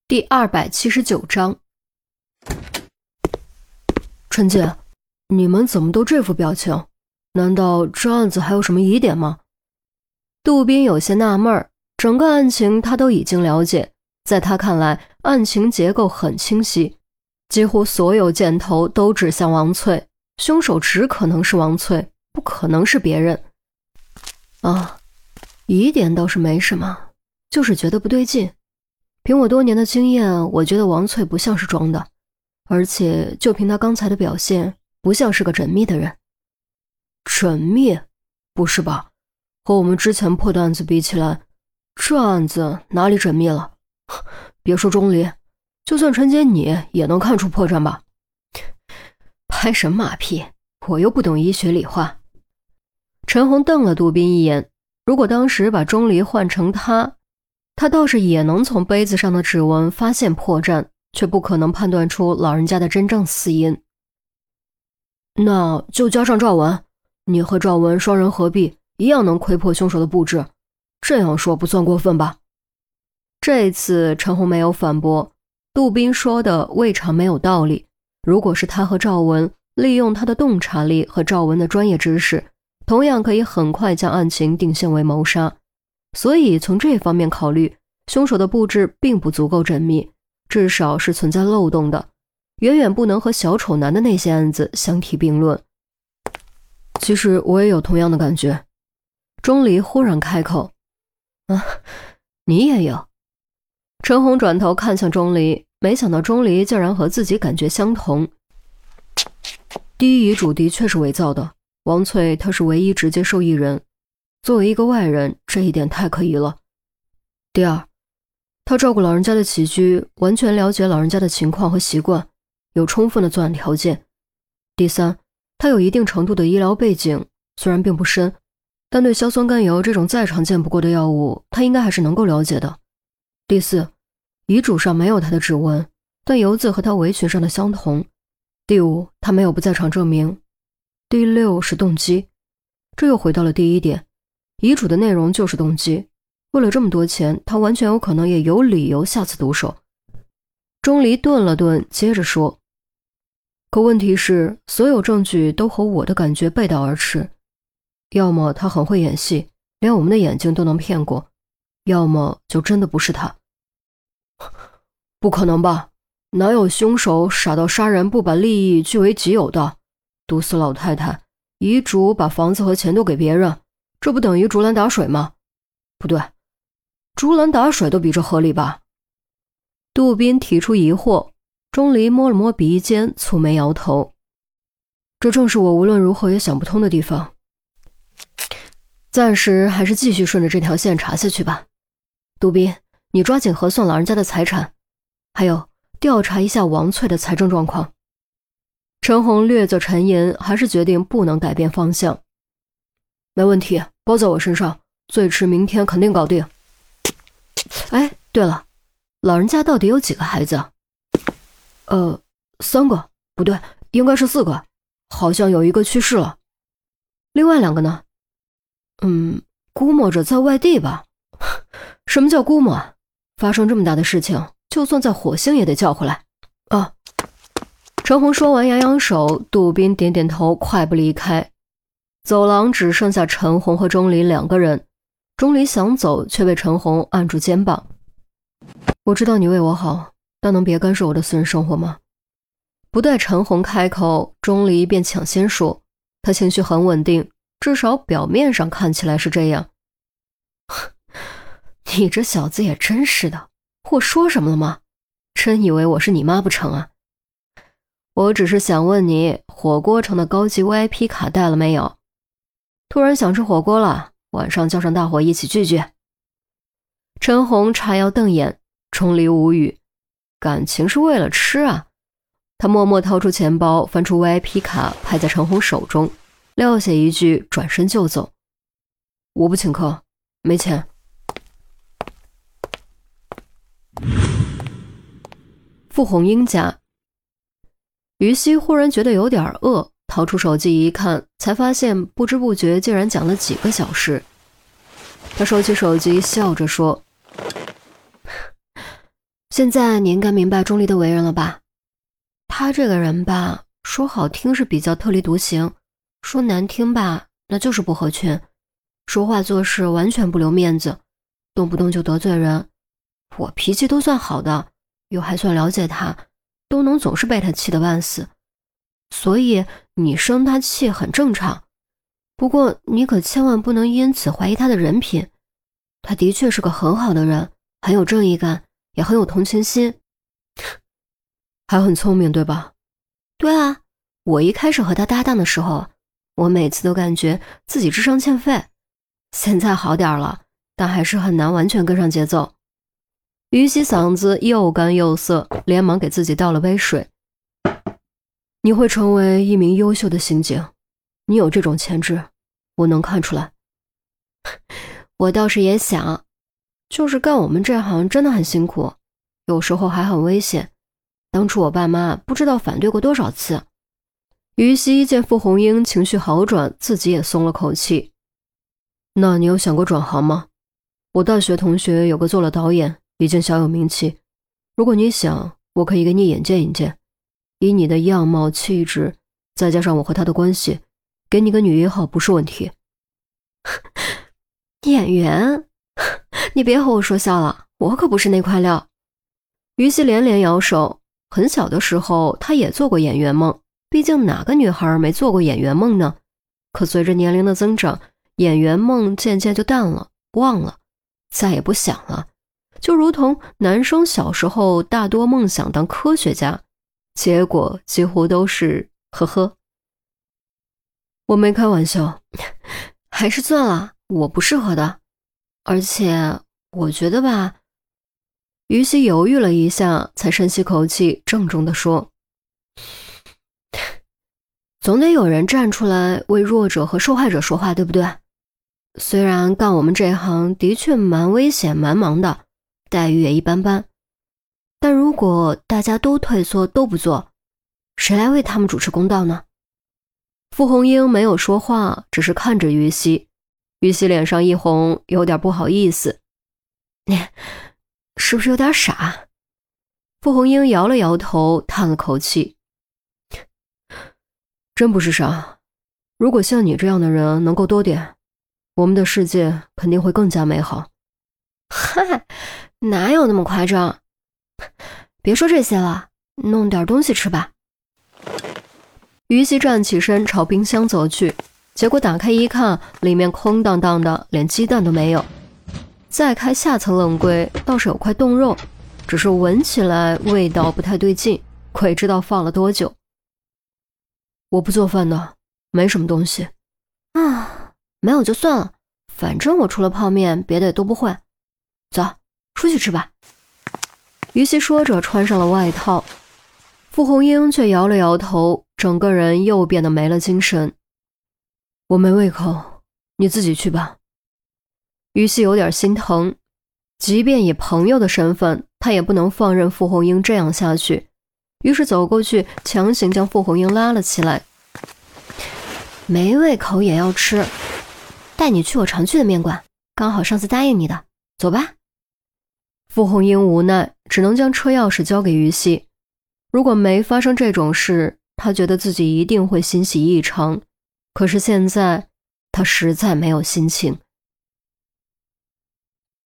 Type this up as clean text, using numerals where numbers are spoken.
第279章。陈姐，你们怎么都这副表情？难道这案子还有什么疑点吗？杜宾有些纳闷儿，整个案情他都已经了解，在他看来，案情结构很清晰，几乎所有箭头都指向王翠，凶手只可能是王翠，不可能是别人。疑点倒是没什么，就是觉得不对劲。凭我多年的经验，我觉得王翠不像是装的，而且就凭他刚才的表现，不像是个缜密的人。缜密？不是吧？和我们之前破的案子比起来，这案子哪里缜密了？别说钟离，就算陈姐你也能看出破绽吧？拍什么马屁？我又不懂医学理化。陈红瞪了杜宾一眼，如果当时把钟离换成他倒是也能从杯子上的指纹发现破绽，却不可能判断出老人家的真正死因。那就加上赵文，你和赵文双人合璧，一样能窥破凶手的布置，这样说不算过分吧？这一次陈红没有反驳，杜宾说的未尝没有道理。如果是他和赵文，利用他的洞察力和赵文的专业知识，同样可以很快将案情定性为谋杀。所以从这方面考虑，凶手的布置并不足够缜密，至少是存在漏洞的，远远不能和小丑男的那些案子相提并论。其实我也有同样的感觉。钟离忽然开口。你也有？陈红转头看向钟离，没想到钟离竟然和自己感觉相同。第一遗嘱的确是伪造的，王翠她是唯一直接受益人，作为一个外人，这一点太可疑了。第二，他照顾老人家的起居，完全了解老人家的情况和习惯，有充分的作案条件。第三，他有一定程度的医疗背景，虽然并不深，但对硝酸甘油这种再常见不过的药物，他应该还是能够了解的。第四，遗嘱上没有他的指纹，但油渍和他围裙上的相同。第五，他没有不在场证明。第六是动机，这又回到了第一点，遗嘱的内容就是动机，为了这么多钱，他完全有可能也有理由下次毒手。钟离顿了顿，接着说，可问题是，所有证据都和我的感觉背道而驰，要么他很会演戏，连我们的眼睛都能骗过，要么就真的不是他。不可能吧？哪有凶手傻到杀人不把利益据为己有的？毒死老太太，遗嘱把房子和钱都给别人，这不等于竹篮打水吗？不对，竹篮打水都比这合理吧？杜宾提出疑惑，钟离摸了摸鼻尖，蹙眉摇头。这正是我无论如何也想不通的地方。暂时还是继续顺着这条线查下去吧。杜宾，你抓紧核算老人家的财产，还有调查一下王翠的财政状况。陈红略作沉吟，还是决定不能改变方向。没问题，包在我身上，最迟明天肯定搞定。哎，对了，老人家到底有几个孩子？3个，不对，应该是4个，好像有一个去世了。另外2个呢？估摸着在外地吧。什么叫估摸啊？发生这么大的事情，就算在火星也得叫回来。陈红说完扬扬手，杜宾点点头，快步离开。走廊只剩下陈红和钟离2个人，钟离想走，却被陈红按住肩膀。我知道你为我好，但能别干涉我的私人生活吗？不待陈红开口，钟离便抢先说，他情绪很稳定，至少表面上看起来是这样。你这小子也真是的，我说什么了吗？真以为我是你妈不成啊？我只是想问你，火锅城的高级 VIP 卡带了没有？突然想吃火锅了，晚上叫上大伙一起聚聚。陈红叉腰瞪眼，钟离无语，感情是为了吃啊。他默默掏出钱包，翻出 VIP 卡，拍在陈红手中，撂下一句，转身就走。我不请客，没钱。傅红英家，于西忽然觉得有点饿，掏出手机一看，才发现不知不觉竟然讲了几个小时。他收起手机，笑着说， 现在你应该明白钟离的为人了吧？他这个人吧，说好听是比较特立独行，说难听吧，那就是不合群，说话做事完全不留面子，动不动就得罪人。我脾气都算好的，又还算了解他，都能总是被他气得半死。所以你生他气很正常，不过你可千万不能因此怀疑他的人品。他的确是个很好的人，很有正义感，也很有同情心，还很聪明，对吧？对啊，我一开始和他搭档的时候，我每次都感觉自己智商欠费，现在好点了，但还是很难完全跟上节奏。于西嗓子又干又涩，连忙给自己倒了杯水。你会成为一名优秀的刑警，你有这种潜质，我能看出来。我倒是也想，就是干我们这行真的很辛苦，有时候还很危险。当初我爸妈不知道反对过多少次。于西见傅红英情绪好转，自己也松了口气。那你有想过转行吗？我大学同学有个做了导演，已经小有名气。如果你想，我可以给你引荐引荐。以你的样貌气质，再加上我和他的关系，给你个女一号不是问题。演员？你别和我说笑了，我可不是那块料。于西连连摇手，很小的时候他也做过演员梦，毕竟哪个女孩没做过演员梦呢？可随着年龄的增长，演员梦渐渐就淡了，忘了，再也不想了。就如同男生小时候大多梦想当科学家，结果几乎都是呵呵。我没开玩笑，还是算了，我不适合的。而且我觉得吧。于西犹豫了一下，才深吸口气，郑重地说，总得有人站出来为弱者和受害者说话，对不对？虽然干我们这一行的确蛮危险蛮忙的，待遇也一般般，但如果大家都退缩都不做，谁来为他们主持公道呢？傅红英没有说话，只是看着于西。于西脸上一红，有点不好意思。你是不是有点傻？傅红英摇了摇头，叹了口气。真不是傻，如果像你这样的人能够多点，我们的世界肯定会更加美好。嗨，哪有那么夸张？别说这些了，弄点东西吃吧。于西站起身朝冰箱走去，结果打开一看，里面空荡荡的，连鸡蛋都没有。再开下层冷柜，倒是有块冻肉，只是闻起来味道不太对劲，鬼知道放了多久。我不做饭的，没什么东西。啊，没有就算了，反正我除了泡面，别的也都不会。走，出去吃吧。于西说着穿上了外套，傅红英却摇了摇头，整个人又变得没了精神。我没胃口，你自己去吧。于西有点心疼，即便以朋友的身份，他也不能放任傅红英这样下去，于是走过去强行将傅红英拉了起来。没胃口也要吃，带你去我常去的面馆，刚好上次答应你的，走吧。傅红英无奈，只能将车钥匙交给于西。如果没发生这种事，他觉得自己一定会欣喜异常，可是现在他实在没有心情。